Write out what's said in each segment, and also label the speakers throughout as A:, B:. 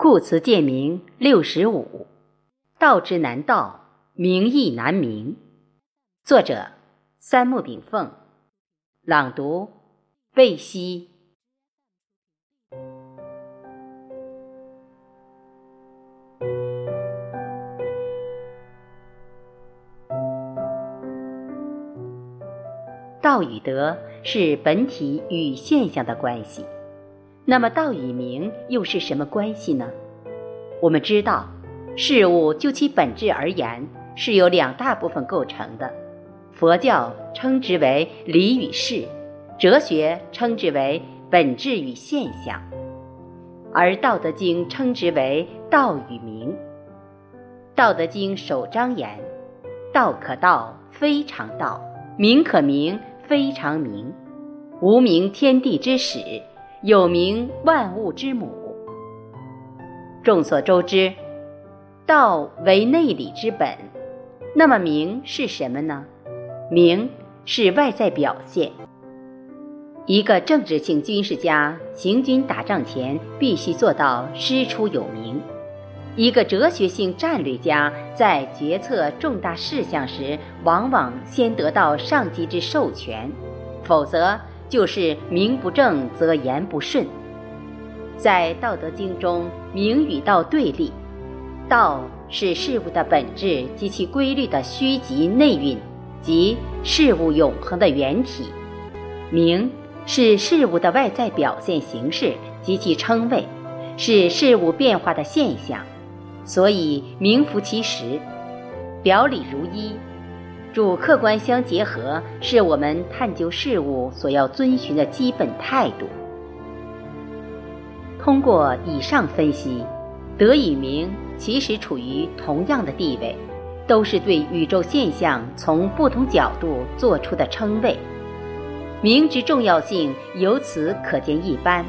A: 故辞鉴明65，道之难道，名亦难明。作者三木炳凤，朗读贝西。道与德是本体与现象的关系，那么道与名又是什么关系呢？我们知道，事物就其本质而言是由两大部分构成的，佛教称之为理与事，哲学称之为本质与现象，而道德经称之为道与名。道德经首章言：道可道，非常道；名可名，非常名。无名，天地之始；有名，万物之母。众所周知，道为内里之本，那么名是什么呢？名是外在表现。一个政治性军事家行军打仗前必须做到师出有名，一个哲学性战略家在决策重大事项时往往先得到上级之授权，否则就是名不正则言不顺。在《道德经》中，名与道对立，道是事物的本质及其规律的虚极内蕴，即事物永恒的原体；名是事物的外在表现形式及其称谓，是事物变化的现象。所以名符其实，表里如一，主客观相结合，是我们探究事物所要遵循的基本态度。通过以上分析，德与名其实处于同样的地位，都是对宇宙现象从不同角度做出的称谓。名之重要性由此可见一斑。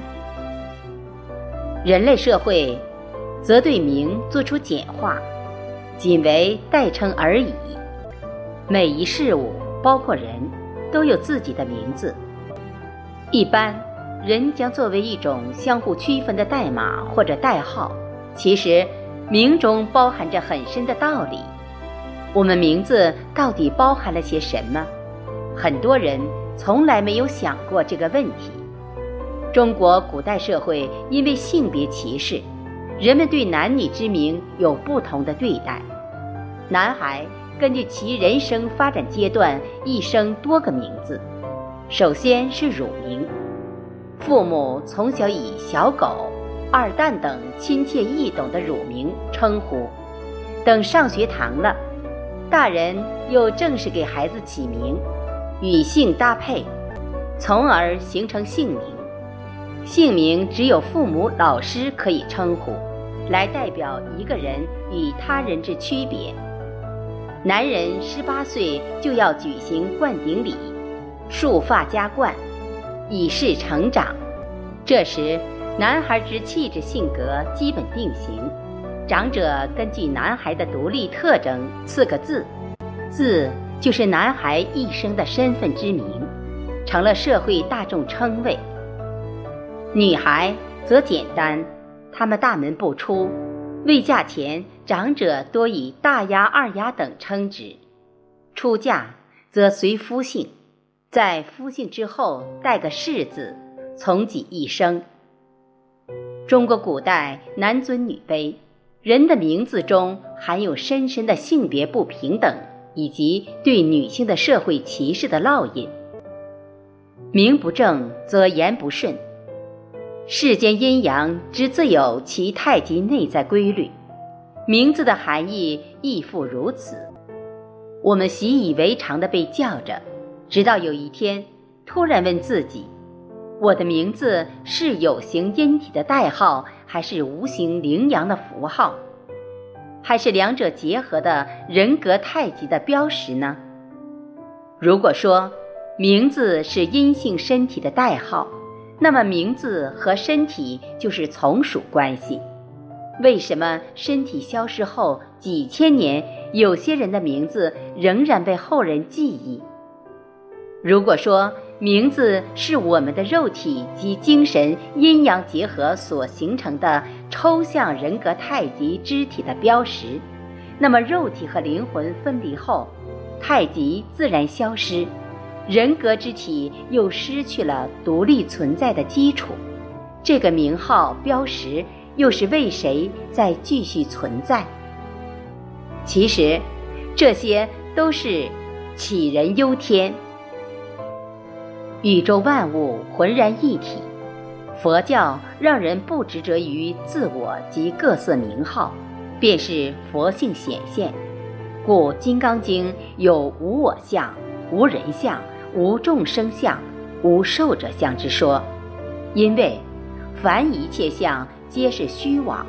A: 人类社会则对名做出简化，仅为代称而已。每一事物，包括人，都有自己的名字。一般人将作为一种相互区分的代码或者代号，其实名中包含着很深的道理。我们名字到底包含了些什么？很多人从来没有想过这个问题。中国古代社会因为性别歧视，人们对男女之名有不同的对待。男孩根据其人生发展阶段，一生多个名字。首先是乳名，父母从小以小狗、二蛋等亲切易懂的乳名称呼，等上学堂了，大人又正式给孩子起名，与姓搭配，从而形成姓名。姓名只有父母、老师可以称呼，来代表一个人与他人之区别。男人18岁就要举行冠顶礼，束发加冠，以示成长。这时男孩之气质性格基本定型，长者根据男孩的独立特征赐个字，字就是男孩一生的身份之名，成了社会大众称谓。女孩则简单，她们大门不出，未嫁前长者多以大丫、二丫等称之，出嫁则随夫姓，在夫姓之后带个氏字，从己一生。中国古代男尊女卑，人的名字中含有深深的性别不平等以及对女性的社会歧视的烙印。名不正则言不顺，世间阴阳之自有其太极内在规律，名字的含义亦复如此。我们习以为常地被叫着，直到有一天突然问自己，我的名字是有形阴体的代号，还是无形羚羊的符号，还是两者结合的人格太极的标识呢？如果说名字是阴性身体的代号，那么名字和身体就是从属关系。为什么身体消失后几千年，有些人的名字仍然被后人记忆？如果说名字是我们的肉体及精神阴阳结合所形成的抽象人格太极肢体的标识，那么肉体和灵魂分离后，太极自然消失，人格之体又失去了独立存在的基础，这个名号标识又是为谁在继续存在？其实这些都是杞人忧天。宇宙万物浑然一体，佛教让人不执着于自我及各色名号，便是佛性显现。故《金刚经》有无我相、无人相、无众生相、无寿者相之说，因为凡一切相皆是虚妄。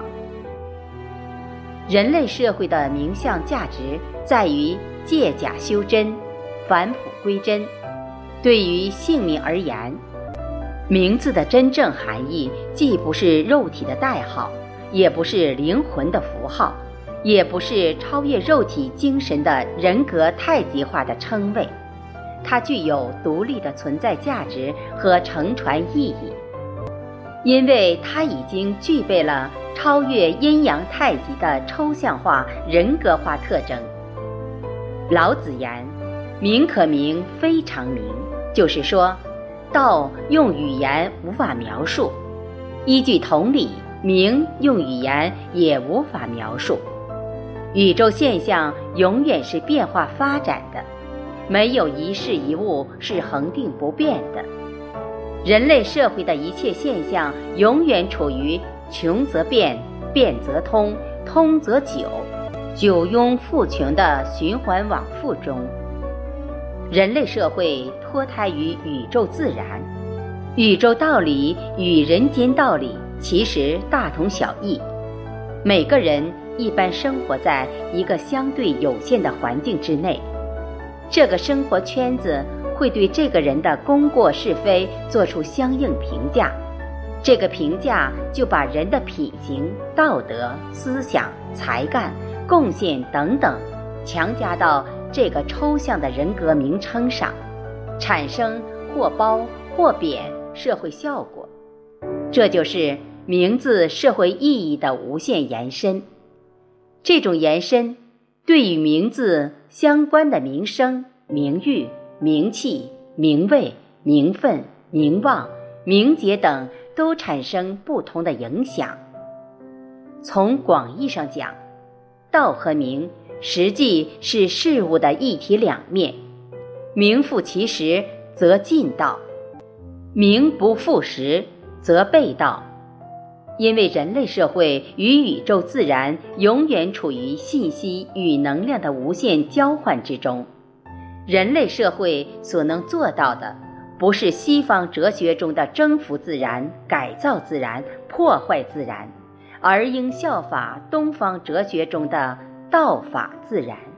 A: 人类社会的名相价值在于借假修真，返璞归真。对于姓名而言，名字的真正含义既不是肉体的代号，也不是灵魂的符号，也不是超越肉体精神的人格太极化的称谓，它具有独立的存在价值和承传意义，因为它已经具备了超越阴阳太极的抽象化人格化特征。老子言：名可名，非常名，就是说道用语言无法描述，依据同理，名用语言也无法描述。宇宙现象永远是变化发展的，没有一事一物是恒定不变的。人类社会的一切现象永远处于穷则变，变则通，通则久，久庸复穷的循环往复中。人类社会脱胎于宇宙自然，宇宙道理与人间道理其实大同小异。每个人一般生活在一个相对有限的环境之内，这个生活圈子会对这个人的功过是非做出相应评价，这个评价就把人的品行、道德、思想、才干、贡献等等强加到这个抽象的人格名称上，产生或褒或贬社会效果。这就是名字社会意义的无限延伸。这种延伸对与名字相关的名声、名誉、名气、名位、名分、名望、名节等都产生不同的影响。从广义上讲，道和名实际是事物的一体两面，名副其实则近道，名不副实则背道。因为人类社会与宇宙自然永远处于信息与能量的无限交换之中，人类社会所能做到的，不是西方哲学中的征服自然、改造自然、破坏自然，而应效法东方哲学中的道法自然。